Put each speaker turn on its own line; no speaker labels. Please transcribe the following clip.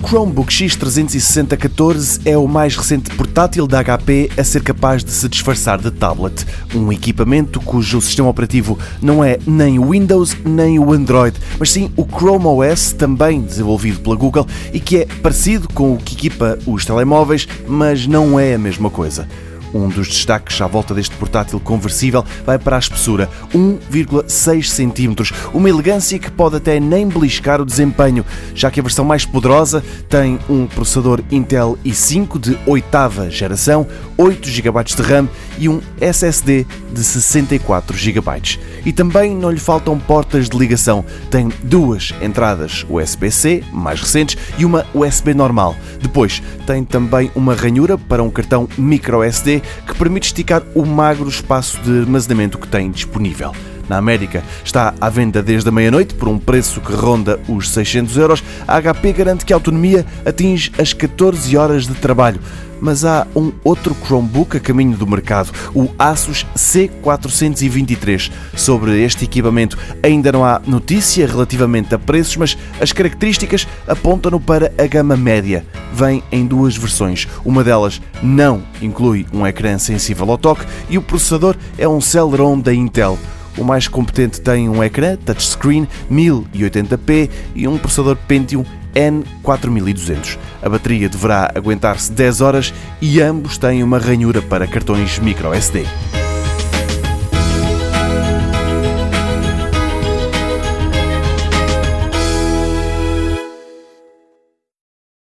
Chromebook X360-14 é o mais recente portátil da HP a ser capaz de se disfarçar de tablet. Um equipamento cujo sistema operativo não é nem o Windows nem o Android, mas sim o Chrome OS, também desenvolvido pela Google, e que é parecido com o que equipa os telemóveis, mas não é a mesma coisa. Um dos destaques à volta deste portátil conversível vai para a espessura, 1,6 cm, uma elegância que pode até nem beliscar o desempenho, já que a versão mais poderosa tem um processador Intel i5 de 8ª geração, 8 GB de RAM e um SSD de 64 GB. E também não lhe faltam portas de ligação, tem duas entradas USB-C, mais recentes, e uma USB normal. Depois tem também uma ranhura para um cartão microSD que permite esticar o magro espaço de armazenamento que tem disponível. Na América está à venda desde a meia-noite por um preço que ronda os 600 €. A HP garante que a autonomia atinge as 14 horas de trabalho. Mas há um outro Chromebook a caminho do mercado, o Asus C423. Sobre este equipamento ainda não há notícia relativamente a preços, mas as características apontam-no para a gama média. Vem em duas versões. Uma delas não inclui um ecrã sensível ao toque e o processador é um Celeron da Intel. O mais competente tem um ecrã touchscreen 1080p e um processador Pentium N4200. A bateria deverá aguentar-se 10 horas e ambos têm uma ranhura para cartões microSD.